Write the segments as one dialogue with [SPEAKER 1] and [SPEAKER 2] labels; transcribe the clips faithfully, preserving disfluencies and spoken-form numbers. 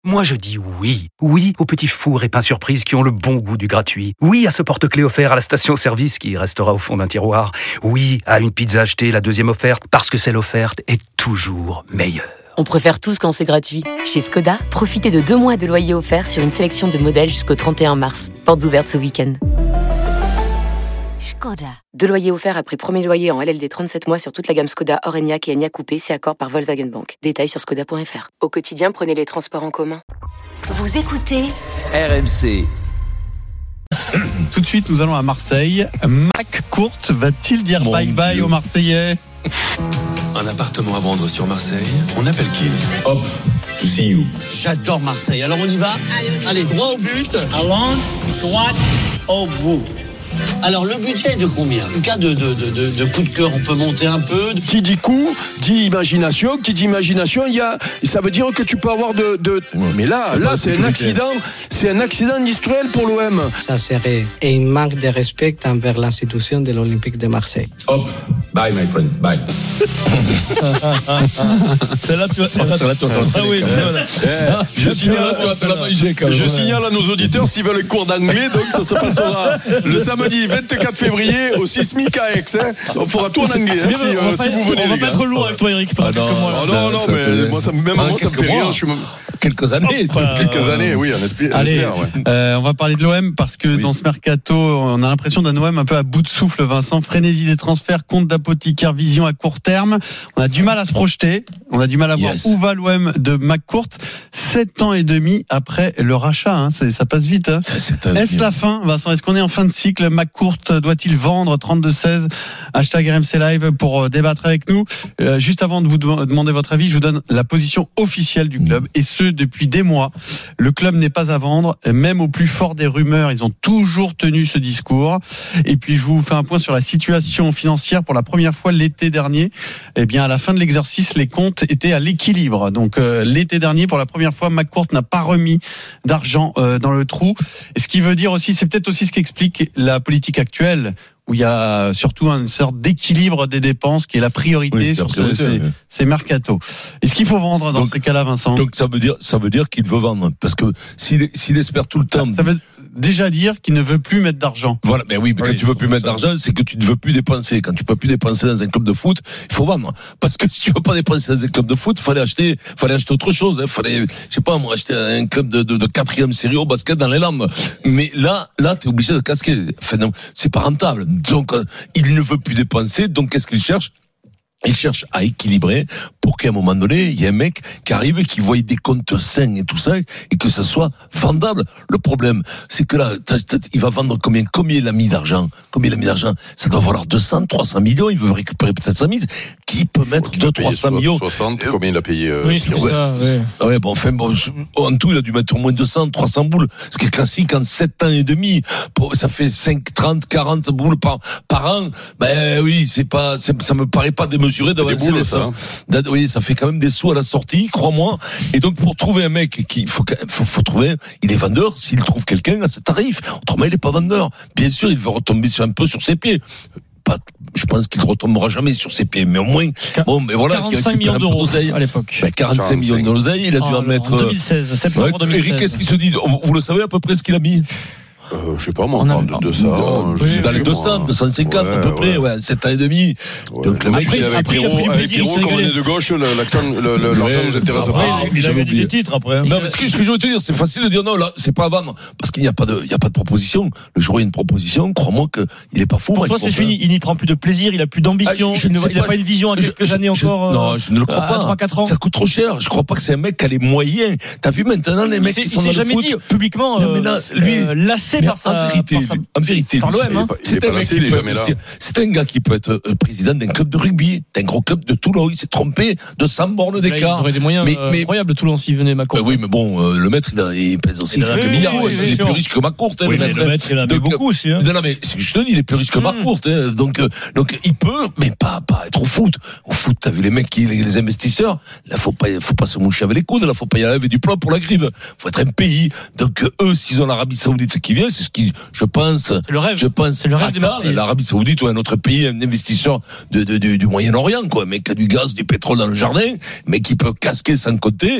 [SPEAKER 1] Moi je dis oui, oui aux petits fours et pains surprises qui ont le bon goût du gratuit. Oui à ce porte-clés offert à la station-service qui restera au fond d'un tiroir. Oui à une pizza achetée, la deuxième offerte, parce que celle offerte est toujours meilleure.
[SPEAKER 2] On préfère tous quand c'est gratuit. Chez Skoda, profitez de deux mois de loyer offert sur une sélection de modèles jusqu'au trente et un mars. Portes ouvertes ce week-end. Skoda. Deux loyers offerts après premier loyer en L L D trente-sept mois sur toute la gamme Skoda, Orenia et Enyaq Coupé, c'est accord par Volkswagen Bank. Détails sur skoda point f r. Au quotidien, prenez les transports en commun.
[SPEAKER 3] Vous écoutez
[SPEAKER 4] R M C.
[SPEAKER 5] Tout de suite, nous allons à Marseille. McCourt va-t-il dire
[SPEAKER 6] Mon
[SPEAKER 5] bye bye
[SPEAKER 6] Dieu.
[SPEAKER 5] aux Marseillais?
[SPEAKER 6] Un appartement à vendre sur Marseille. On appelle qui?
[SPEAKER 7] Hop, to see you.
[SPEAKER 8] J'adore Marseille. Alors on y va? Allez, droit au but.
[SPEAKER 9] Allons, droite, au bout.
[SPEAKER 8] Alors le budget est de combien? En cas de, de, de, de, de coup de cœur, on peut monter un peu.
[SPEAKER 10] Qui dit coup, dit imagination. Qui dit imagination, il y a, ça veut dire que tu peux avoir de. de...
[SPEAKER 6] Ouais.
[SPEAKER 10] Mais là, là, c'est un accident. C'est un accident industriel pour l'O M.
[SPEAKER 11] Ça serait un manque de respect envers l'institution de l'Olympique de Marseille.
[SPEAKER 7] Hop, bye my friend, bye.
[SPEAKER 9] Celle-là, tu vas.
[SPEAKER 6] Celle-là, tu vas
[SPEAKER 9] Ah oui, voilà.
[SPEAKER 10] Eh, je signale, je signale à nos auditeurs s'ils veulent les cours d'anglais, donc ça se passera le samedi vingt-quatre février au Sismic à Aix. Hein. On fera tout en anglais hein, si, euh, si vous venez.
[SPEAKER 9] On va
[SPEAKER 10] les
[SPEAKER 9] pas
[SPEAKER 10] gars.
[SPEAKER 9] être lourd avec toi, Eric. Parce
[SPEAKER 6] Ah
[SPEAKER 9] que
[SPEAKER 6] non,
[SPEAKER 9] moi,
[SPEAKER 10] Oh non, non,
[SPEAKER 6] Ça
[SPEAKER 10] mais
[SPEAKER 6] fait-
[SPEAKER 10] moi, ça, même
[SPEAKER 6] Ah,
[SPEAKER 10] moi, ça me fait
[SPEAKER 6] quelques
[SPEAKER 10] rire.
[SPEAKER 6] mois.
[SPEAKER 10] Je suis...
[SPEAKER 6] Quelques années.
[SPEAKER 10] Quelques années, oui, on espère.
[SPEAKER 5] Allez,
[SPEAKER 10] espère, ouais.
[SPEAKER 5] euh, on va parler de l'O M parce que
[SPEAKER 10] Oui.
[SPEAKER 5] dans ce mercato, on a l'impression d'un O M un peu à bout de souffle, Vincent. Frénésie des transferts, compte d'apothicaire, vision à court terme. On a du mal à se projeter. On a du mal à voir
[SPEAKER 6] Yes.
[SPEAKER 5] où va l'O M de McCourt. Sept ans et demi après le rachat, hein, c'est- ça passe vite. Hein.
[SPEAKER 6] Ça, c'est un-
[SPEAKER 5] Est-ce la fin, Vincent? Est-ce qu'on est en fin de cycle? McCourt doit-il vendre? Trente-deux seize, hashtag R M C Live pour euh, débattre avec nous. Euh, juste avant de vous de- demander votre avis, je vous donne la position officielle du club, et ce depuis des mois. Le club n'est pas à vendre, même au plus fort des rumeurs, ils ont toujours tenu ce discours. Et puis je vous fais un point sur la situation financière. Pour la première fois l'été dernier, eh bien à la fin de l'exercice, les comptes étaient à l'équilibre. Donc euh, l'été dernier, pour la première fois, McCourt n'a pas remis d'argent euh, dans le trou. Et ce qui veut dire aussi, c'est peut-être aussi ce qui explique la politique actuelle, où il y a surtout une sorte d'équilibre des dépenses qui est la priorité
[SPEAKER 6] Oui, c'est
[SPEAKER 5] sur
[SPEAKER 6] la
[SPEAKER 5] ce-
[SPEAKER 6] priorité,
[SPEAKER 5] ces,
[SPEAKER 6] oui.
[SPEAKER 5] ces mercato. Est-ce qu'il faut vendre dans
[SPEAKER 6] Donc-
[SPEAKER 5] ces cas-là, Vincent?
[SPEAKER 6] Donc ça veut dire, ça veut dire qu'il veut vendre, parce que s'il, s'il espère tout le
[SPEAKER 5] ça,
[SPEAKER 6] temps.
[SPEAKER 5] ça veut déjà dire qu'il ne veut plus mettre d'argent.
[SPEAKER 6] Voilà, mais oui, mais
[SPEAKER 5] Oui,
[SPEAKER 6] quand tu veux plus mettre
[SPEAKER 5] ça.
[SPEAKER 6] d'argent, c'est que tu ne veux plus dépenser. Quand tu peux plus dépenser dans un club de foot, il faut vendre. Parce que si tu veux pas dépenser dans un club de foot, fallait acheter, fallait acheter autre chose. Hein. Fallait, je sais pas, moi, acheter un club de, de, de quatrième série au basket dans les Landes. Mais là, là, t'es obligé de casquer. Enfin, non, c'est pas rentable. Donc, euh, il ne veut plus dépenser. Donc, qu'est-ce qu'il cherche? Il cherche à équilibrer pour qu'à un moment donné, il y ait un mec qui arrive et qui voit des comptes sains et tout ça, et que ça soit vendable. Le problème, c'est que là, t'as- t'as- il va vendre combien, combien il a mis d'argent? Combien il a mis d'argent? Ça doit valoir deux cents, trois cents millions, il veut récupérer peut-être sa mise. Qui peut mettre deux, trois cents millions?
[SPEAKER 10] soixante, combien il a payé euh,
[SPEAKER 9] Oui, c'est
[SPEAKER 10] Pierrot?
[SPEAKER 9] ça, ouais.
[SPEAKER 6] Ah ouais, bon, enfin, bon, en tout, il a dû mettre au moins deux cents, trois cents boules. Ce qui est classique en sept ans et demi. Pour- Ça fait cinq, trente, quarante boules par, par an. Ben oui, c'est pas, c'est, ça me paraît pas démesuré
[SPEAKER 10] Des
[SPEAKER 6] d'avancer
[SPEAKER 10] boules,
[SPEAKER 6] les
[SPEAKER 10] ça,
[SPEAKER 6] sommes.
[SPEAKER 10] hein.
[SPEAKER 6] D'a- Oui, ça fait quand même des sous à la sortie, crois-moi. Et donc, pour trouver un mec qui, faut, faut, faut trouver, il est vendeur s'il trouve quelqu'un à ce tarif. Autrement, il est pas vendeur. Bien sûr, il veut retomber sur un peu sur ses pieds. Pas, je pense qu'il ne retombera jamais sur ses pieds, mais au moins, bon, mais voilà, qu'il
[SPEAKER 9] quarante-cinq
[SPEAKER 6] récupère
[SPEAKER 9] millions
[SPEAKER 6] un peu
[SPEAKER 9] d'euros
[SPEAKER 6] d'oseille.
[SPEAKER 9] à l'époque.
[SPEAKER 6] Ben, quarante-cinq millions d'oseille, il a dû
[SPEAKER 9] Ah,
[SPEAKER 6] en mettre.
[SPEAKER 9] En deux mille seize, septembre
[SPEAKER 6] Ouais,
[SPEAKER 9] deux mille seize.
[SPEAKER 6] Eric, qu'est-ce qu'il se dit? Vous, vous le savez à peu près ce qu'il a mis?
[SPEAKER 10] Euh, je sais pas, moi,
[SPEAKER 9] On
[SPEAKER 10] on
[SPEAKER 9] a-
[SPEAKER 10] parle de deux cents. je
[SPEAKER 9] oui,
[SPEAKER 10] sais
[SPEAKER 6] Dans
[SPEAKER 10] plus,
[SPEAKER 6] les deux cents,
[SPEAKER 10] moi.
[SPEAKER 6] deux cent cinquante à peu
[SPEAKER 10] Ouais,
[SPEAKER 6] près,
[SPEAKER 10] ouais.
[SPEAKER 6] ouais, sept ans et demi.
[SPEAKER 10] Ouais.
[SPEAKER 6] Donc, le
[SPEAKER 10] Moi,
[SPEAKER 6] mec,
[SPEAKER 10] je sais, avec
[SPEAKER 9] après, il a
[SPEAKER 10] Pierrot,
[SPEAKER 9] pris du
[SPEAKER 10] avec
[SPEAKER 9] plaisir,
[SPEAKER 10] Pierrot,
[SPEAKER 9] il s'est
[SPEAKER 10] comme on
[SPEAKER 9] régalé.
[SPEAKER 10] est de gauche, le- l'accent, le- le- l'argent nous intéresse
[SPEAKER 9] Après,
[SPEAKER 10] pas.
[SPEAKER 9] il
[SPEAKER 6] j'avais
[SPEAKER 9] avait
[SPEAKER 6] oublié.
[SPEAKER 9] des titres après.
[SPEAKER 6] Non, mais ce que, ce que je veux te dire, c'est facile de dire non, là, c'est pas à vendre. Parce qu'il n'y a pas de, il y a pas de proposition. Le jour où il y a une proposition, crois-moi que il est pas fou.
[SPEAKER 9] Pour
[SPEAKER 6] Mike
[SPEAKER 9] toi, c'est
[SPEAKER 6] Pompeu.
[SPEAKER 9] fini. Il n'y prend plus de plaisir, il a plus d'ambition,
[SPEAKER 6] Ah, je- je
[SPEAKER 9] il
[SPEAKER 6] ne sais
[SPEAKER 9] n'a
[SPEAKER 6] pas,
[SPEAKER 9] pas une vision à
[SPEAKER 6] Je-
[SPEAKER 9] quelques
[SPEAKER 6] je-
[SPEAKER 9] années
[SPEAKER 6] je-
[SPEAKER 9] encore.
[SPEAKER 6] Non, je ne le crois
[SPEAKER 9] à
[SPEAKER 6] pas.
[SPEAKER 9] trois quatre ans.
[SPEAKER 6] Ça coûte trop cher. Je crois pas que c'est un mec qui a les moyens. T'as vu maintenant les mecs
[SPEAKER 9] Il
[SPEAKER 6] qui
[SPEAKER 9] s'est
[SPEAKER 6] sont dans le
[SPEAKER 9] jamais
[SPEAKER 6] foot.
[SPEAKER 9] dit publiquement
[SPEAKER 6] Non, mais là, lui-
[SPEAKER 9] euh, lassé
[SPEAKER 6] Mais
[SPEAKER 9] par sa.
[SPEAKER 6] en vérité,
[SPEAKER 9] par sa-
[SPEAKER 6] lui- en vérité,
[SPEAKER 9] par
[SPEAKER 6] lui,
[SPEAKER 9] l'O M,
[SPEAKER 6] c'est-
[SPEAKER 9] hein.
[SPEAKER 10] Il est
[SPEAKER 6] c'est
[SPEAKER 10] pas
[SPEAKER 6] un mec
[SPEAKER 10] lassé,
[SPEAKER 6] qui
[SPEAKER 10] il est
[SPEAKER 6] peut
[SPEAKER 10] jamais là.
[SPEAKER 6] investir. C'est un gars qui peut être euh, président d'un club de rugby, d'un gros club de Toulon. Il s'est trompé de cent bornes
[SPEAKER 9] Là, ils
[SPEAKER 6] d'écart.
[SPEAKER 9] auraient des moyens
[SPEAKER 6] Mais-
[SPEAKER 9] euh,
[SPEAKER 6] mais-
[SPEAKER 9] incroyables, Toulon, s'il venait Macron.
[SPEAKER 6] Ben oui, mais bon, euh, le maître, il, a- il pèse aussi
[SPEAKER 9] Il a-
[SPEAKER 6] quelques
[SPEAKER 9] oui,
[SPEAKER 6] milliards.
[SPEAKER 9] oui,
[SPEAKER 6] il
[SPEAKER 9] bien
[SPEAKER 6] est
[SPEAKER 9] sûr.
[SPEAKER 6] plus riche que Macourt, hein,
[SPEAKER 9] Oui,
[SPEAKER 6] le
[SPEAKER 9] mais
[SPEAKER 6] maître.
[SPEAKER 9] le maître, il en a
[SPEAKER 6] Donc,
[SPEAKER 9] beaucoup aussi. Hein.
[SPEAKER 6] Non, non, mais c'est ce que je te dis, il est plus riche que
[SPEAKER 9] Mmh.
[SPEAKER 6] Marcourt, hein. Donc, euh, donc, il peut, mais pas, pas être au foot. Au foot, t'as vu les mecs qui, les, les investisseurs. Là, faut pas, faut pas se moucher avec les coudes. Là, faut pas y aller avec du plomb pour la grive. Faut être un pays. Donc, euh, eux, s'ils ont l'Arabie Saoudite qui vient, c'est ce qui, je pense,
[SPEAKER 9] C'est le rêve.
[SPEAKER 6] je pense,
[SPEAKER 9] C'est le rêve des
[SPEAKER 6] Qatar,
[SPEAKER 9] Marseillais.
[SPEAKER 6] l'Arabie Saoudite ou un autre pays, un investisseur de, de, du, du Moyen-Orient, quoi. Un mec qui a du gaz, du pétrole dans le jardin, mais qui peut casquer sans côté.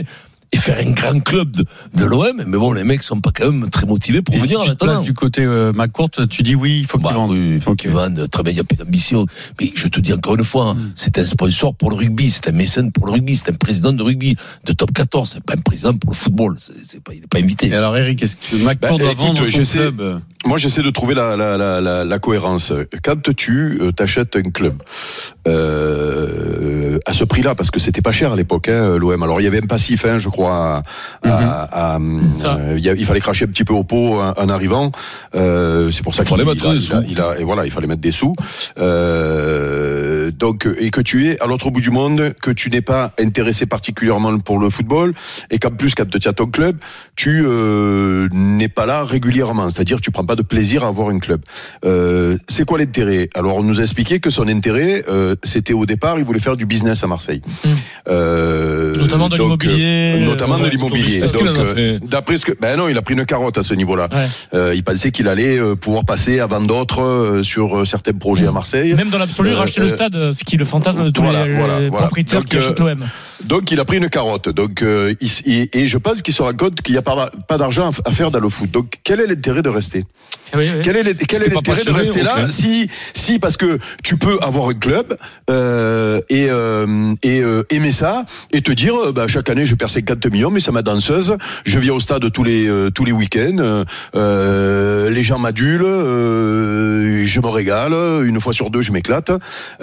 [SPEAKER 6] et faire un grand club de, de l'O M. Mais bon, les mecs sont pas quand même très motivés pour
[SPEAKER 5] et
[SPEAKER 6] venir
[SPEAKER 5] si
[SPEAKER 6] à
[SPEAKER 5] tu te places
[SPEAKER 6] maintenant.
[SPEAKER 5] du côté euh, McCourt, tu dis oui, il faut
[SPEAKER 6] Bah,
[SPEAKER 5] qu'ils vendent.
[SPEAKER 6] oui, il faut qu'ils vendent. Très bien, il y a plus d'ambition. Mais je te dis encore une fois, hein, mm. c'est un sponsor pour le rugby, c'est un mécène pour le rugby, c'est un président de rugby de top quatorze, c'est pas un président pour le football. C'est, c'est pas, il n'est pas invité.
[SPEAKER 5] Et alors Eric, est-ce que McCourt
[SPEAKER 10] bah,
[SPEAKER 5] doit
[SPEAKER 10] écoute,
[SPEAKER 5] vendre son
[SPEAKER 10] j'essaie,
[SPEAKER 5] club?
[SPEAKER 10] Moi, j'essaie de trouver la, la, la, la, la cohérence. Quand tu euh, t'achètes un club euh, à ce prix-là, parce que c'était pas cher à l'époque, hein, l'O M. Alors il y avait un passif, hein, je crois. À, mm-hmm. à, à, euh, il, y a, il fallait cracher un petit peu au pot en, en arrivant. Euh, c'est pour ça qu'il
[SPEAKER 6] fallait
[SPEAKER 10] mettre des sous. Il a, et voilà, il fallait mettre des sous. Euh, donc, et que tu es à l'autre bout du monde, que tu n'es pas intéressé particulièrement pour le football, et qu'en plus, quand tu as ton club, tu euh, n'es pas là régulièrement. C'est-à-dire, tu prends pas de plaisir à avoir un club. Euh, c'est quoi l'intérêt? Alors, on nous a expliqué que son intérêt, euh, c'était au départ, il voulait faire du business à Marseille. Mmh.
[SPEAKER 9] Euh, notamment de
[SPEAKER 10] donc,
[SPEAKER 9] l'immobilier.
[SPEAKER 10] Euh, notamment
[SPEAKER 9] euh,
[SPEAKER 10] de l'immobilier.
[SPEAKER 6] Donc,
[SPEAKER 10] euh, d'après ce que, ben non, il a pris une carotte à ce niveau-là.
[SPEAKER 9] Ouais.
[SPEAKER 10] Euh, il pensait qu'il allait euh, pouvoir passer avant d'autres euh, sur euh, certains projets mmh. à Marseille.
[SPEAKER 9] Même dans l'absolu, euh, racheter euh, le stade, ce qui est le fantasme de tous
[SPEAKER 10] voilà,
[SPEAKER 9] les,
[SPEAKER 10] voilà,
[SPEAKER 9] les
[SPEAKER 10] voilà.
[SPEAKER 9] propriétaires
[SPEAKER 10] donc,
[SPEAKER 9] qui achètent l'O M.
[SPEAKER 10] Donc, il a pris une carotte. Donc, euh, il, et, et je pense qu'il se rend compte qu'il n'y a pas, pas d'argent à faire dans le foot. Donc, quel est l'intérêt de rester?
[SPEAKER 9] Oui, oui.
[SPEAKER 10] Quel est, quel est l'intérêt de rester là okay. si, si, parce que tu peux avoir un club euh, et, euh, et euh, aimer ça et te dire, bah, chaque année, je perds cinquante millions, mais ça m'a danseuse. Je viens au stade tous les, euh, tous les week-ends. Euh, les gens m'adulent. Euh, je me régale. Une fois sur deux, je m'éclate.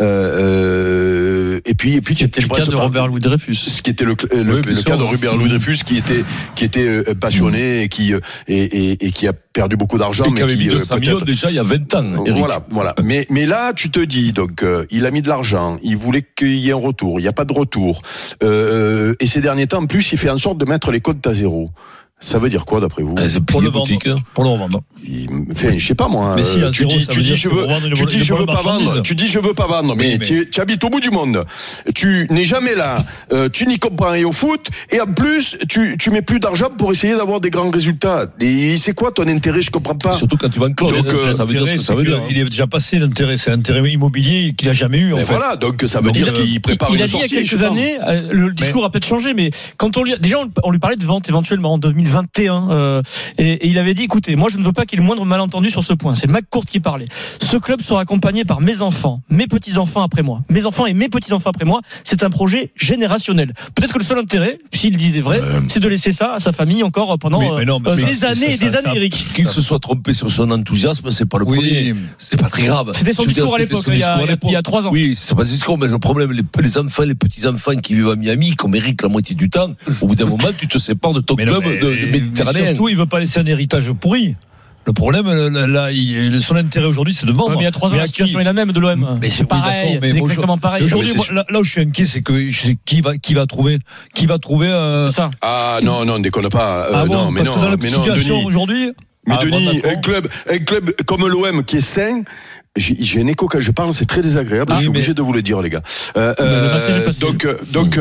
[SPEAKER 10] Euh, et puis, et puis,
[SPEAKER 5] ce qui était le cas de Robert Louis Dreyfus.
[SPEAKER 10] Ce qui était le, le, oui, le cas de Robert Louis Dreyfus, qui était, qui était passionné et qui, et, et, et qui a perdu beaucoup d'argent.
[SPEAKER 6] Et qui avait mis deux cents millions déjà il y a vingt ans. Eric.
[SPEAKER 10] Voilà, voilà. Mais, mais là, tu te dis, donc, euh, il a mis de l'argent, il voulait qu'il y ait un retour, il n'y a pas de retour. Euh, et ces derniers temps, en plus, il fait en sorte de mettre les comptes à zéro. Ça veut dire quoi d'après vous?
[SPEAKER 6] C'est pour le vendre. Pour le revendre.
[SPEAKER 10] Enfin, je sais pas moi.
[SPEAKER 5] Mais si,
[SPEAKER 10] tu dis, tu dis je veux, tu dis je veux pas vendre. Tu dis je veux pas vendre. Mais, mais, mais... Tu, tu habites au bout du monde. Tu n'es jamais là. Euh, tu n'y comprends rien au foot. Et en plus, tu, tu mets plus d'argent pour essayer d'avoir des grands résultats. Et c'est quoi ton intérêt? Je comprends pas.
[SPEAKER 6] Surtout quand tu vas en close.
[SPEAKER 3] Donc, euh, ça veut dire ce que ça veut dire. Il est déjà passé l'intérêt. C'est l'intérêt immobilier qu'il a jamais eu. En fait.
[SPEAKER 10] Voilà. Donc ça veut dire qu'il prépare une sortie.
[SPEAKER 9] Il a dit il y a quelques années. Le discours a peut-être changé, mais quand on lui, déjà on lui parlait de vente éventuellement en deux mille vingt et un. Et, et il avait dit, écoutez, moi je ne veux pas qu'il y ait le moindre malentendu sur ce point. C'est McCourt qui parlait. Ce club sera accompagné par mes enfants, mes petits-enfants après moi. Mes enfants et mes petits-enfants après moi. C'est un projet générationnel. Peut-être que le seul intérêt, s'il disait vrai, euh... c'est de laisser ça à sa famille encore pendant mais, mais non, mais euh, des ça, années et des ça, années, ça, Eric.
[SPEAKER 6] Qu'il se soit trompé sur son enthousiasme, c'est pas le oui, premier. C'est pas très grave.
[SPEAKER 9] C'était son discours à l'époque, il y a, il y a trois ans.
[SPEAKER 6] Oui, c'est pas son discours, mais le problème, les, les enfants, les petits-enfants qui vivent à Miami, qu'on mérite la moitié du temps, au bout d'un moment, tu te sépares de ton mais club non, mais, de, de méditerranéen.
[SPEAKER 3] Surtout, il veut pas laisser un héritage pourri. Le problème, là, il, son intérêt aujourd'hui, c'est de vendre.
[SPEAKER 9] Ouais, mais il y a trois ans, la situation est la même de l'O M.
[SPEAKER 3] Mais
[SPEAKER 9] c'est pareil, c'est exactement pareil.
[SPEAKER 3] Aujourd'hui, moi, là, là où je suis inquiet, c'est que je sais qui va, qui va trouver, qui va trouver. Euh...
[SPEAKER 10] Ça. Ah non, non, déconne pas. Euh,
[SPEAKER 3] ah bon,
[SPEAKER 10] non, mais
[SPEAKER 3] parce
[SPEAKER 10] non,
[SPEAKER 3] que dans la
[SPEAKER 10] mais
[SPEAKER 3] situation
[SPEAKER 10] non,
[SPEAKER 3] aujourd'hui.
[SPEAKER 10] Mais
[SPEAKER 3] ah,
[SPEAKER 10] Denis, bon, un club, un club comme l'O M qui est sain. J'ai, j'ai un écho quand je parle, c'est très désagréable. Ah, je suis obligé mais... de vous le dire, les gars. Euh, euh, donc, donc,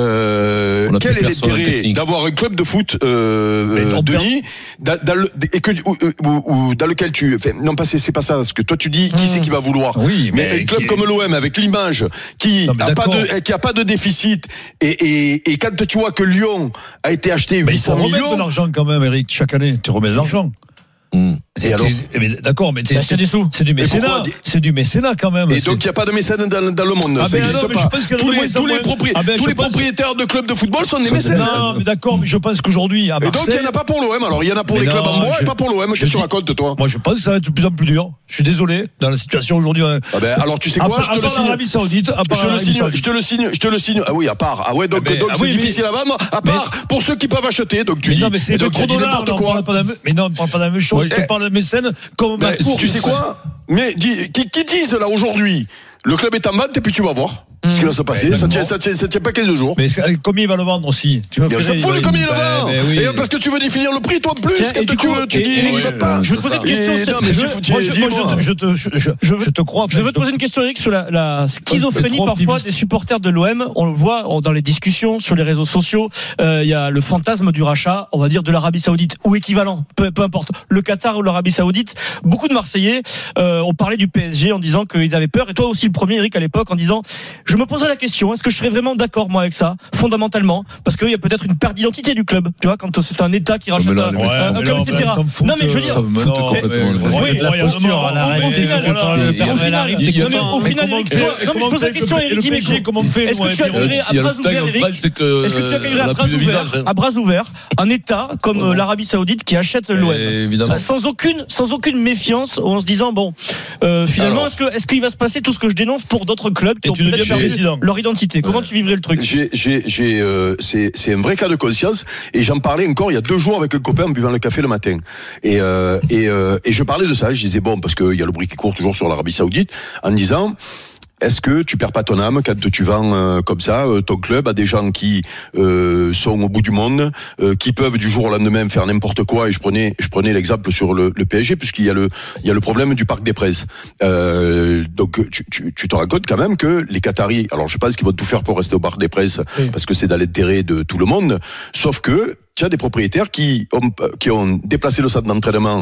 [SPEAKER 10] euh, quel est l'intérêt d'avoir un club de foot, euh, Denis, dans, dans le, et que, ou, ou, ou, dans lequel tu, enfin, non pas c'est, c'est pas ça, ce que toi tu dis, qui mmh. c'est qui va vouloir.
[SPEAKER 3] Oui,
[SPEAKER 10] mais, mais un club
[SPEAKER 3] qui...
[SPEAKER 10] comme l'O M avec l'image, qui n'a pas de, qui a pas de déficit, et, et, et quand tu vois que Lyon a été acheté huit cents millions.
[SPEAKER 3] Tu remets de l'argent quand même, Eric, chaque année, tu remets de l'argent.
[SPEAKER 10] Mmh. Et alors
[SPEAKER 3] mais d'accord, mais
[SPEAKER 9] bah, c'est, des sous.
[SPEAKER 3] c'est du mécénat. C'est du mécénat quand même.
[SPEAKER 10] Et
[SPEAKER 3] c'est...
[SPEAKER 10] donc il n'y a pas de mécène dans, dans le monde.
[SPEAKER 3] Ah
[SPEAKER 10] ça n'existe
[SPEAKER 3] ben
[SPEAKER 10] pas. Tous les, tous les, propri... ah ben tous les pense... propriétaires de clubs de football sont des mécènes.
[SPEAKER 3] Non, mais d'accord, mais je pense qu'aujourd'hui à Marseille.
[SPEAKER 10] Et donc il n'y en a pas pour l'O M. Alors il y en a pour mais les non, clubs en bois je... et pas pour l'O M. Qu'est-ce que tu racontes, toi?
[SPEAKER 3] Moi je pense que ça va être de plus en plus dur. Je suis désolé dans la situation aujourd'hui.
[SPEAKER 10] Ah ben alors tu sais quoi? Je te le signe.
[SPEAKER 3] L'Arabie Saoudite.
[SPEAKER 10] Je te le signe. Je te le signe. Ah oui, à part. Ah ouais, donc c'est difficile à vendre. À part pour ceux qui peuvent acheter. Donc tu dis.
[SPEAKER 3] Non, mais c'est n'importe quoi. Mais non, on parle pas d'un méchant. Je te parle de mécène comme
[SPEAKER 10] McCourt. Tu sais quoi? Mais qui, qui disent là aujourd'hui, le club est en vente et puis tu vas voir mmh. ce qui va se passer. Ça tient, ça, tient, ça tient pas quinze jours.
[SPEAKER 3] Mais combien il va le vendre aussi?
[SPEAKER 10] Tu vas ça fout le combien il le vend. Oui. Et parce que tu veux définir le prix toi en plus. Tiens, quand tu, coup, veux, tu et, dis et, il va pas.
[SPEAKER 9] Je veux te poser une question. Je te crois. Je veux te poser une question, Eric, sur la, la schizophrénie parfois des supporters de l'O M. On le voit dans les discussions sur les réseaux sociaux. Il euh, y a le fantasme du rachat, on va dire de l'Arabie Saoudite ou équivalent, peu, peu importe. Le Qatar ou l'Arabie Saoudite. Beaucoup de Marseillais euh, ont parlé du P S G en disant qu'ils avaient peur. Et toi aussi le premier, Eric, à l'époque, en disant je me posais la question, est-ce que je serais vraiment d'accord moi avec ça, fondamentalement, parce qu'il y a peut-être une perte d'identité du club, tu vois, quand c'est un État qui rachète un,
[SPEAKER 3] ouais,
[SPEAKER 9] un club, et cetera. Non mais je veux dire,
[SPEAKER 6] ça me fout complètement.
[SPEAKER 5] Oui, la posture, à la réalité, c'est que quand le Père Noël arrive, t'es content.
[SPEAKER 9] Au final, Eric, non mais je pose la question, Eric Dimeco, est-ce que tu accueillerais à bras ouverts, Eric, est-ce que tu accueillerais à bras ouverts, à bras ouverts, un État comme l'Arabie Saoudite qui achète l'O M, sans aucune, sans aucune méfiance, en se disant bon, euh, finalement, Alors, est-ce que, est-ce qu'il va se passer tout ce que je dénonce pour d'autres clubs qui ont peut-être perdu leur identité? Comment ouais. tu vivrais le truc?
[SPEAKER 10] J'ai, j'ai, j'ai, euh, c'est, c'est un vrai cas de conscience, et j'en parlais encore il y a deux jours avec un copain en buvant le café le matin, et euh, et euh, et je parlais de ça. Je disais bon, parce qu'il y a le bruit qui court toujours sur l'Arabie Saoudite, en disant. Est-ce que tu perds pas ton âme quand tu vends euh, comme ça euh, ton club à des gens qui euh, sont au bout du monde, euh, qui peuvent du jour au lendemain faire n'importe quoi? Et je prenais, je prenais l'exemple sur le, le P S G, puisqu'il y a le, il y a le problème du Parc des Princes. Euh, donc tu, tu, tu te rends compte quand même que les Qataris, alors je pense qu'ils vont tout faire pour rester au Parc des Princes, oui. parce que c'est dans l'intérêt de tout le monde. Sauf que tu as des propriétaires qui ont, qui ont déplacé le stade d'entraînement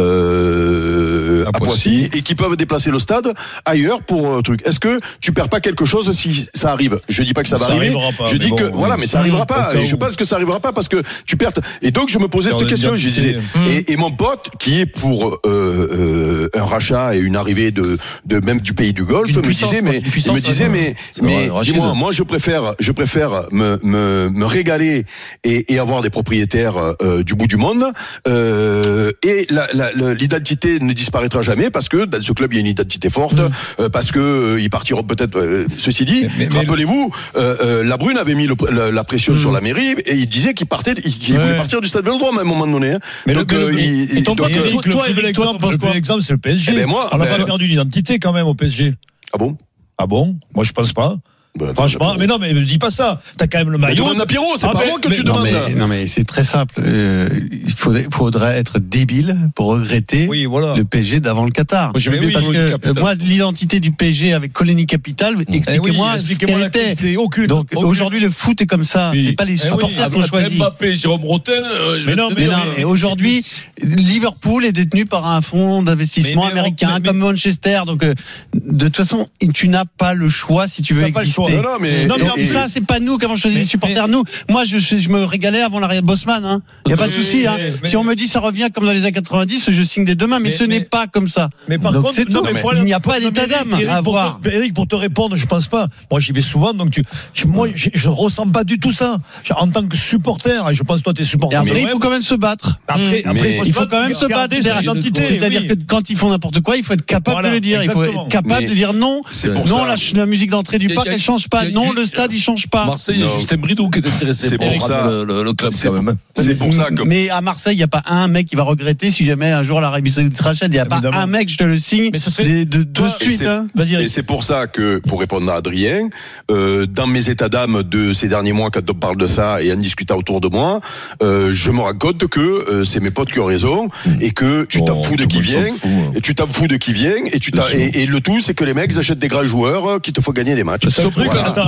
[SPEAKER 10] euh, à, à Poissy, et qui peuvent déplacer le stade ailleurs pour un truc. Est-ce que tu perds pas quelque chose si ça arrive? Je dis pas que ça va ça arriver. Pas, je dis bon, que oui. voilà, mais ça arrivera pas. Et je pense que ça arrivera pas parce que tu perds. Et donc je me posais cette question. Je disais, mmh. et, et mon pote qui est pour euh, euh, un rachat et une arrivée de, de même du pays du Golfe me disait, mais il me disait, mais mais dis-moi, moi je préfère, je préfère me me, me régaler et, et avoir des propriétaires euh, du bout du monde, euh, et la, la, l'identité ne disparaîtra jamais parce que dans ce club il y a une identité forte, mmh. euh, parce que euh, ils partiront peut-être. Euh, ceci dit, mais, mais, rappelez-vous, euh, euh, la Brune avait mis le, la, la pression mmh. sur la mairie et il disait qu'il partait, qu'il ouais. voulait partir du Stade Vélodrome à un moment donné. Hein. Mais donc, le, euh, il, et ton donc, Eric,
[SPEAKER 3] le, toi, Eric, toi, le plus l'exemple, c'est le P S G. Eh ben moi, on n'a ben, pas perdu l'identité quand même au P S G.
[SPEAKER 10] Ah bon?
[SPEAKER 3] Ah bon? Moi, je pense pas. Ben, Franchement, ben, mais non, mais ne dis pas ça. T'as quand même le maillot.
[SPEAKER 10] Demande à Pierrot, c'est ah, pas mais, moi que
[SPEAKER 5] mais,
[SPEAKER 10] tu
[SPEAKER 5] non,
[SPEAKER 10] demandes.
[SPEAKER 5] Mais, non, mais c'est très simple. Euh, il faudrait, faudrait être débile pour regretter
[SPEAKER 3] oui, voilà.
[SPEAKER 5] le P S G d'avant le Qatar. Moi, oui, parce que euh, moi, l'identité du P S G avec Colony Capital, expliquez-moi, eh oui, ce qu'elle était.
[SPEAKER 3] Aucune.
[SPEAKER 5] Donc
[SPEAKER 3] aucune.
[SPEAKER 5] Aujourd'hui, le foot est comme ça. Oui. C'est pas les supporters
[SPEAKER 6] eh
[SPEAKER 5] oui. qu'on choisit.
[SPEAKER 6] Mbappé, Jérôme Rotten. Euh,
[SPEAKER 5] mais non, mais, non, mais aujourd'hui, Liverpool est détenu par un fonds d'investissement mais, mais, américain mais, comme mais, Manchester. Donc, euh, de toute façon, tu n'as pas le choix si tu veux exister.
[SPEAKER 10] Non, non, mais
[SPEAKER 5] non, mais ça, c'est pas nous qui avons choisi les supporters. Nous, moi, je, je me régalais avant l'arrêt de Bosman. Hein. Il y a pas de souci. Hein. Mais, si on me dit ça revient comme dans les années quatre-vingt-dix, je signe dès demain. Mais, mais ce mais, n'est pas comme ça.
[SPEAKER 3] Mais par
[SPEAKER 5] donc
[SPEAKER 3] contre,
[SPEAKER 5] c'est
[SPEAKER 3] non,
[SPEAKER 5] tout.
[SPEAKER 3] Mais
[SPEAKER 5] il n'y a pas d'état d'âme à avoir.
[SPEAKER 3] Eric, pour te répondre, je pense pas. Moi, j'y vais souvent, donc tu, je, moi, je, je ressens pas du tout ça. En tant que supporter, et je pense que toi, t'es supporter.
[SPEAKER 5] Et après, il faut quand même se battre.
[SPEAKER 3] Après, après,
[SPEAKER 5] il faut quand même se battre. C'est-à-dire que quand ils font n'importe quoi, il faut être capable de le dire. Il faut être capable de dire non. Non, la musique d'entrée du parc, elle change pas. Non, le stade, il change pas.
[SPEAKER 6] Marseille, il y a Justin Bridou qui est intéressé
[SPEAKER 10] c'est
[SPEAKER 6] pour
[SPEAKER 10] pour ça.
[SPEAKER 6] Le, le, le club quand même.
[SPEAKER 10] C'est pour ça que.
[SPEAKER 5] Mais à Marseille, il n'y a pas un mec qui va regretter si jamais un jour l'Arabie Saoudite rachète. Il n'y a pas un mec, je te le signe, mais ce serait de, de, de suite. Hein.
[SPEAKER 10] Et c'est pour ça que, pour répondre à Adrien, euh, dans mes états d'âme de ces derniers mois, quand on parle de ça et en discutant autour de moi, euh, je me rends compte que euh, c'est mes potes qui ont raison et que tu t'en oh, fous de qui vient, fou, hein. et tu t'en fous de qui vient, et tu t'en, et, et le tout, c'est que les mecs achètent des grands joueurs qui te font gagner des matchs.
[SPEAKER 3] Ce truc, attends,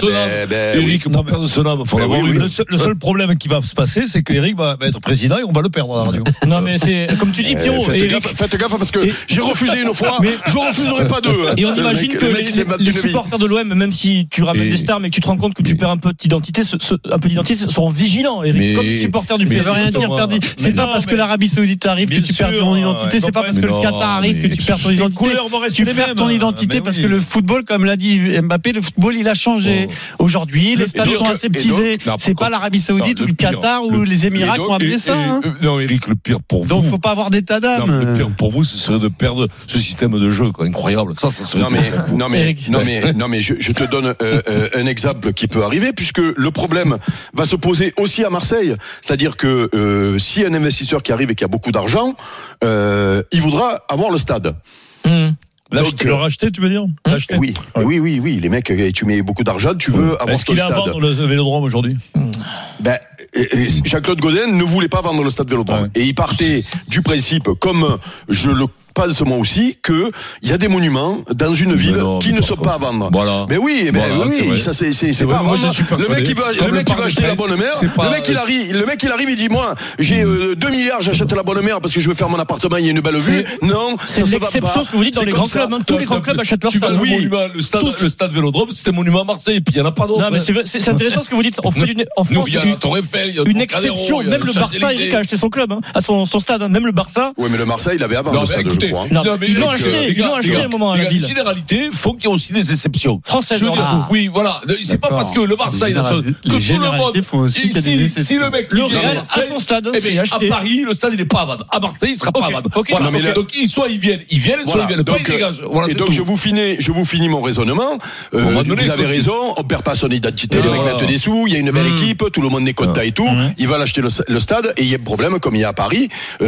[SPEAKER 3] Eric, pour perdre ce nom, le seul, le seul problème qui va se passer, c'est qu'Eric va être président et on va le perdre à la radio.
[SPEAKER 9] Non, mais c'est comme tu dis, Pierrot.
[SPEAKER 10] Faites, gaffe, faites gaffe parce que et... j'ai refusé une fois, mais... je refuserai pas deux.
[SPEAKER 9] Et on imagine mec, que les, les, les supporters de l'O M, même si tu ramènes et... des stars, mais que tu te rends compte que tu perds un peu d'identité, ce, ce, un peu d'identité, seront vigilants, Eric. Mais... Comme supporters du P S G.
[SPEAKER 5] Ça veut rien dire, perdu. C'est pas parce que l'Arabie Saoudite arrive que tu perds ton identité. C'est pas parce que le Qatar arrive que tu perds ton identité. Tu perds ton identité parce que le football, comme l'a dit Mbappé, le football, il a changé. Aujourd'hui, les stades sont aseptisés. C'est pas l'Arabie Saoudite ou le Qatar ou les Émirats qui ont amené ça.
[SPEAKER 6] Non, Eric, le pire pour vous.
[SPEAKER 5] Donc, faut pas avoir d'état d'âme.
[SPEAKER 6] Le pire pour vous, ce serait de perdre ce système de jeu, quoi. Incroyable. Ça, ça serait.
[SPEAKER 10] Non mais, non mais, non mais, non mais, je, je te donne euh, euh, un exemple qui peut arriver, puisque le problème va se poser aussi à Marseille. C'est-à-dire que euh, si un investisseur qui arrive et qui a beaucoup d'argent, euh, il voudra avoir le stade.
[SPEAKER 3] Mmh. Donc, le racheter, tu veux dire
[SPEAKER 10] L'acheter. Oui, ouais. oui, oui, oui. Les mecs, tu mets beaucoup d'argent, tu veux avoir
[SPEAKER 3] Est-ce qu'il
[SPEAKER 10] stade.
[SPEAKER 3] Est-ce qu'il a à vendre le Vélodrome aujourd'hui?
[SPEAKER 10] Ben, Jean-Claude Godin ne voulait pas vendre le stade Vélodrome. Ah ouais. Et il partait du principe, comme je le pense-moi aussi que il y a des monuments dans une ville non, qui ne sont pas à vendre.
[SPEAKER 6] Voilà.
[SPEAKER 10] Mais oui, mais
[SPEAKER 6] voilà,
[SPEAKER 10] oui,
[SPEAKER 6] c'est
[SPEAKER 10] ça c'est c'est, c'est
[SPEAKER 6] vrai,
[SPEAKER 10] pas
[SPEAKER 6] moi,
[SPEAKER 10] vraiment. Le mec qui va le mec qui va acheter la bonne mère, le mec il arrive, le mec il arrive, il dit moi, j'ai euh, deux milliards, j'achète la bonne mère parce que je veux faire mon appartement, il y a une belle vue. Non,
[SPEAKER 9] c'est l'exception ce que vous dites dans les grands clubs, tous les grands clubs achètent leur stade.
[SPEAKER 6] Oui, le stade le stade Vélodrome, c'était monument à Marseille et puis il y en a pas d'autres.
[SPEAKER 9] Non mais c'est intéressant ce que vous dites. On fait en France une exception, même le Barça Eric a acheté son club à son stade, même le Barça.
[SPEAKER 10] Oui, mais le Marseille il avait avant le stade, je crois.
[SPEAKER 9] Ils l'ont acheté, ils l'ont acheté à un moment à la ville.
[SPEAKER 6] Les généralités font qu'il y a aussi des exceptions.
[SPEAKER 9] Français.
[SPEAKER 6] Oui, voilà, c'est pas parce que le Barça il a que tout le monde si si le mec
[SPEAKER 9] le Real a son stade,
[SPEAKER 6] c'est acheté. À Paris, le stade il est pas à vendre. À Marseille, il sera pas à vendre.
[SPEAKER 10] Voilà,
[SPEAKER 6] mais donc soit ils viennent, ils viennent, soit ils viennent pas, ils dégagent. Voilà.
[SPEAKER 10] Et donc je vous finis, je vous finis mon raisonnement. Vous avez raison, on perd pas son identité, les mecs mettent des sous, il y a une belle équipe, tout le monde est content et tout. Ils veulent acheter le stade et il y a un problème comme il y a à Paris,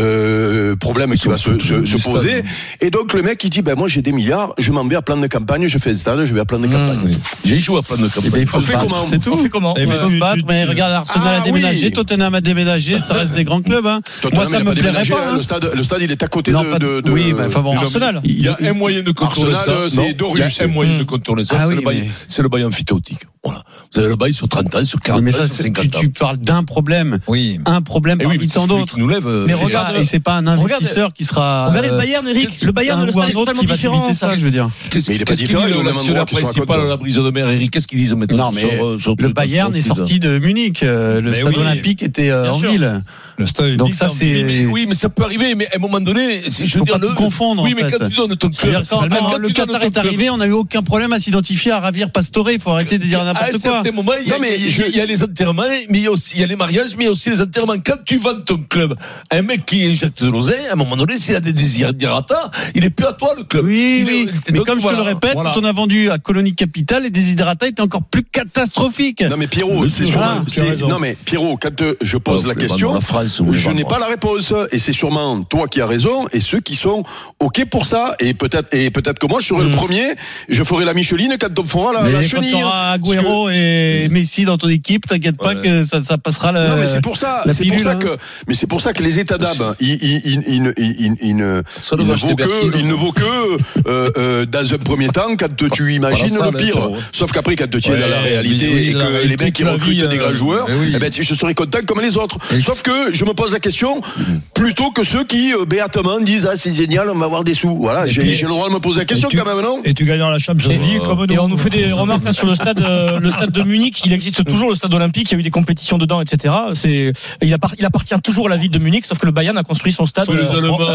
[SPEAKER 10] problème qui va se poser. Et donc le mec il dit ben moi j'ai des milliards, je m'en vais à plan de campagne, je fais le stade, je vais à plan de campagne.
[SPEAKER 6] J'ai joué à plan de campagne.
[SPEAKER 10] On fait comment?
[SPEAKER 5] C'est tout.
[SPEAKER 9] On fait comment?
[SPEAKER 5] Il faut se battre, mais regarde Arsenal a déménagé, Tottenham a déménagé, ça reste des grands clubs. Moi ça me plairait pas.
[SPEAKER 10] Le stade, le stade il est à côté de.
[SPEAKER 5] Oui, mais enfin bon.
[SPEAKER 9] Arsenal.
[SPEAKER 6] Il y a un moyen de contourner ça.
[SPEAKER 10] C'est Dorus.
[SPEAKER 6] Il y a un moyen de contourner ça. C'est le bail. C'est le bail amphithéotique. Voilà. Vous avez le bail sur trente ans, sur quarante ans, sur cinquante ans.
[SPEAKER 5] Tu parles d'un problème.
[SPEAKER 3] Oui.
[SPEAKER 5] Un problème parmi tant d'autres.
[SPEAKER 6] Mais
[SPEAKER 5] regarde, et c'est pas un investisseur qui sera.
[SPEAKER 9] Regardez le Bayern, Eric. Le Bayern, le stade est totalement différent.
[SPEAKER 5] Ça, je veux dire.
[SPEAKER 10] Mais il est pas différent.
[SPEAKER 6] Le l'actionnaire principal à la brise de mer, Eric, qu'est-ce qu'ils disent maintenant?
[SPEAKER 5] Non, mais le Bayern est sorti de Munich. Le stade olympique était en ville.
[SPEAKER 3] Le stade
[SPEAKER 5] donc ça c'est
[SPEAKER 6] oui mais ça peut arriver mais à un moment donné si je veux dire
[SPEAKER 5] le confondre
[SPEAKER 6] oui mais quand tu donnes ton club
[SPEAKER 5] quand le Qatar est arrivé on n'a eu aucun problème à s'identifier à Javier Pastore, il faut arrêter de dire n'importe quoi.
[SPEAKER 6] À un certain moment il y a, mais il y a les enterrements mais il y a aussi il y a les mariages mais il y a aussi les enterrements. Quand tu vends ton club à un mec qui injecte de l'oseille à un moment donné s'il a des desiderata il est plus à toi le club.
[SPEAKER 5] Oui oui mais comme je te le répète quand on a vendu à Colonie Capital les desiderata étaient encore plus catastrophiques.
[SPEAKER 10] Non mais Pierrot c'est sûrement non mais Pierrot quand je pose la question je n'ai pas la réponse et c'est sûrement toi qui as raison et ceux qui sont ok pour ça et peut-être et peut-être que moi je serai mmh. le premier je ferai la Micheline quand on fera la,
[SPEAKER 5] mais
[SPEAKER 10] la
[SPEAKER 5] quand
[SPEAKER 10] chenille
[SPEAKER 5] quand tu auras Agüero que... et Messi dans ton équipe t'inquiète pas ouais. que ça, ça passera la
[SPEAKER 10] non mais c'est pour ça c'est
[SPEAKER 5] pilule,
[SPEAKER 10] pour ça
[SPEAKER 5] hein.
[SPEAKER 10] que mais c'est pour ça que les états d'âme ils ils ils ils ils ils ne vaut que il ne vaut que euh, euh, dans un premier temps quand tu imagines le pire sauf qu'après quand tu es dans la réalité et que les mecs qui recrutent des grands joueurs eh ben je serai content comme les autres sauf que je me pose la question plutôt que ceux qui euh, béatement disent ah c'est génial on va avoir des sous voilà j'ai, puis, j'ai le droit de me poser la question
[SPEAKER 3] tu,
[SPEAKER 10] quand même non
[SPEAKER 3] et tu gagnes dans la Champions League comme nous
[SPEAKER 9] et on nous fait des remarques là, sur le stade euh, le stade de Munich il existe toujours le stade olympique il y a eu des compétitions dedans etc c'est il, appart, il appartient toujours à la ville de Munich sauf que le Bayern a construit son stade
[SPEAKER 6] euh, euh, dans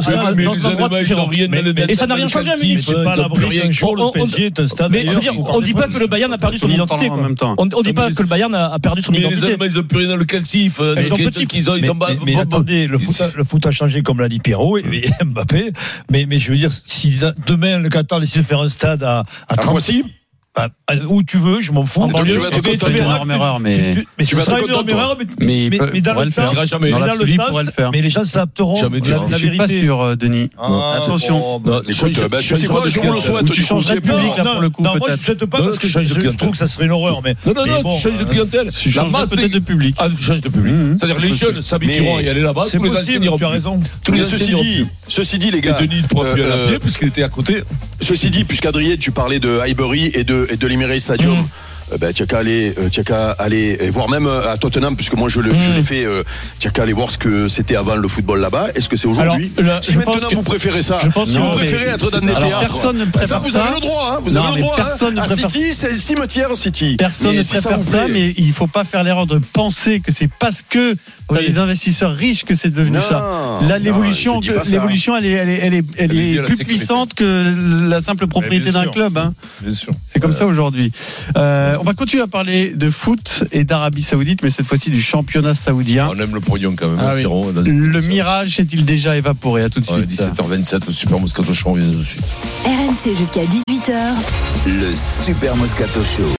[SPEAKER 6] un endroit différent
[SPEAKER 9] et ça n'a rien changé à Munich
[SPEAKER 3] c'est pas l'abri qu'un jour le P S G est un stade
[SPEAKER 9] mais je veux dire on dit pas que le Bayern a perdu son identité on dit pas que le Bayern a perdu son identité
[SPEAKER 6] mais les Allemands ils ont plus rien dans le calcif ils ont ils ont
[SPEAKER 3] mais attendez le foot, a, le foot a changé comme l'a dit Pierrot et, et Mbappé mais, mais je veux dire si demain le Qatar décide de faire un stade à, à trente
[SPEAKER 10] Ah,
[SPEAKER 3] où tu veux, je m'en fous.
[SPEAKER 10] En banlieue, tu vas être content,
[SPEAKER 5] une énorme erreur, mais
[SPEAKER 3] tu, tu, mais tu vas être content, erreur, mais, mais, mais, mais dans le temps,
[SPEAKER 6] jamais.
[SPEAKER 3] Dans, dans le temps, mais les gens s'adapteront.
[SPEAKER 5] Jamais
[SPEAKER 3] la,
[SPEAKER 5] la
[SPEAKER 3] vérité.
[SPEAKER 5] Je suis pas sûr, Denis.
[SPEAKER 3] Ah,
[SPEAKER 5] attention.
[SPEAKER 10] Non, tu sais quoi, je vous le souhaite.
[SPEAKER 5] Tu changerais de public là pour le coup.
[SPEAKER 3] Non, moi je souhaite pas parce que je trouve que ça serait une horreur. Mais
[SPEAKER 6] non, non, non, tu changes de clientèle.
[SPEAKER 5] Tu changes peut-être de public.
[SPEAKER 6] Ah, tu changes de public. C'est-à-dire les jeunes s'habitueront à y aller là-bas.
[SPEAKER 3] C'est possible. Tu as raison.
[SPEAKER 10] Ceci dit, ceci dit, les gars.
[SPEAKER 6] Denis ne pourra plus l'appeler puisqu'il était à côté.
[SPEAKER 10] Ceci dit, puisqu'Adrien, tu parlais de Highbury et de et de l'Emirates Stadium. Euh, ben, tu as qu'à aller, euh, tu as qu'à aller et voir même à Tottenham, puisque moi je, le, mmh. je l'ai fait. Euh, tu as qu'à aller voir ce que c'était avant le football là-bas. Est-ce que c'est aujourd'hui? Alors, si maintenant vous préférez ça, si vous préférez être dans des théâtres,
[SPEAKER 5] personne ne préfère
[SPEAKER 10] ça, vous avez le droit. Hein, vous
[SPEAKER 5] non,
[SPEAKER 10] avez le droit.
[SPEAKER 5] Personne
[SPEAKER 10] hein.
[SPEAKER 5] ne préfère...
[SPEAKER 10] À City, c'est le cimetière City.
[SPEAKER 5] Personne mais ne préfère ça, ça mais il faut pas faire l'erreur de penser que c'est parce que oui. les investisseurs riches que c'est devenu
[SPEAKER 10] non,
[SPEAKER 5] ça. Là, l'évolution,
[SPEAKER 10] non,
[SPEAKER 5] l'évolution, elle est, elle est, elle est, elle est, elle est plus puissante que la simple propriété d'un club. Hein.
[SPEAKER 6] Bien sûr.
[SPEAKER 5] C'est comme ça aujourd'hui. Euh, on va continuer à parler de foot et d'Arabie Saoudite, mais cette fois-ci du championnat saoudien.
[SPEAKER 6] On aime le pognon quand même.
[SPEAKER 5] Ah oui. Pierrot, le mirage s'est-il déjà évaporé? À tout de suite.
[SPEAKER 6] Ouais, dix-sept heures vingt-sept, le Super Moscato Show, on vient tout de suite.
[SPEAKER 4] R M C jusqu'à dix-huit heures.
[SPEAKER 12] Le Super Moscato Show.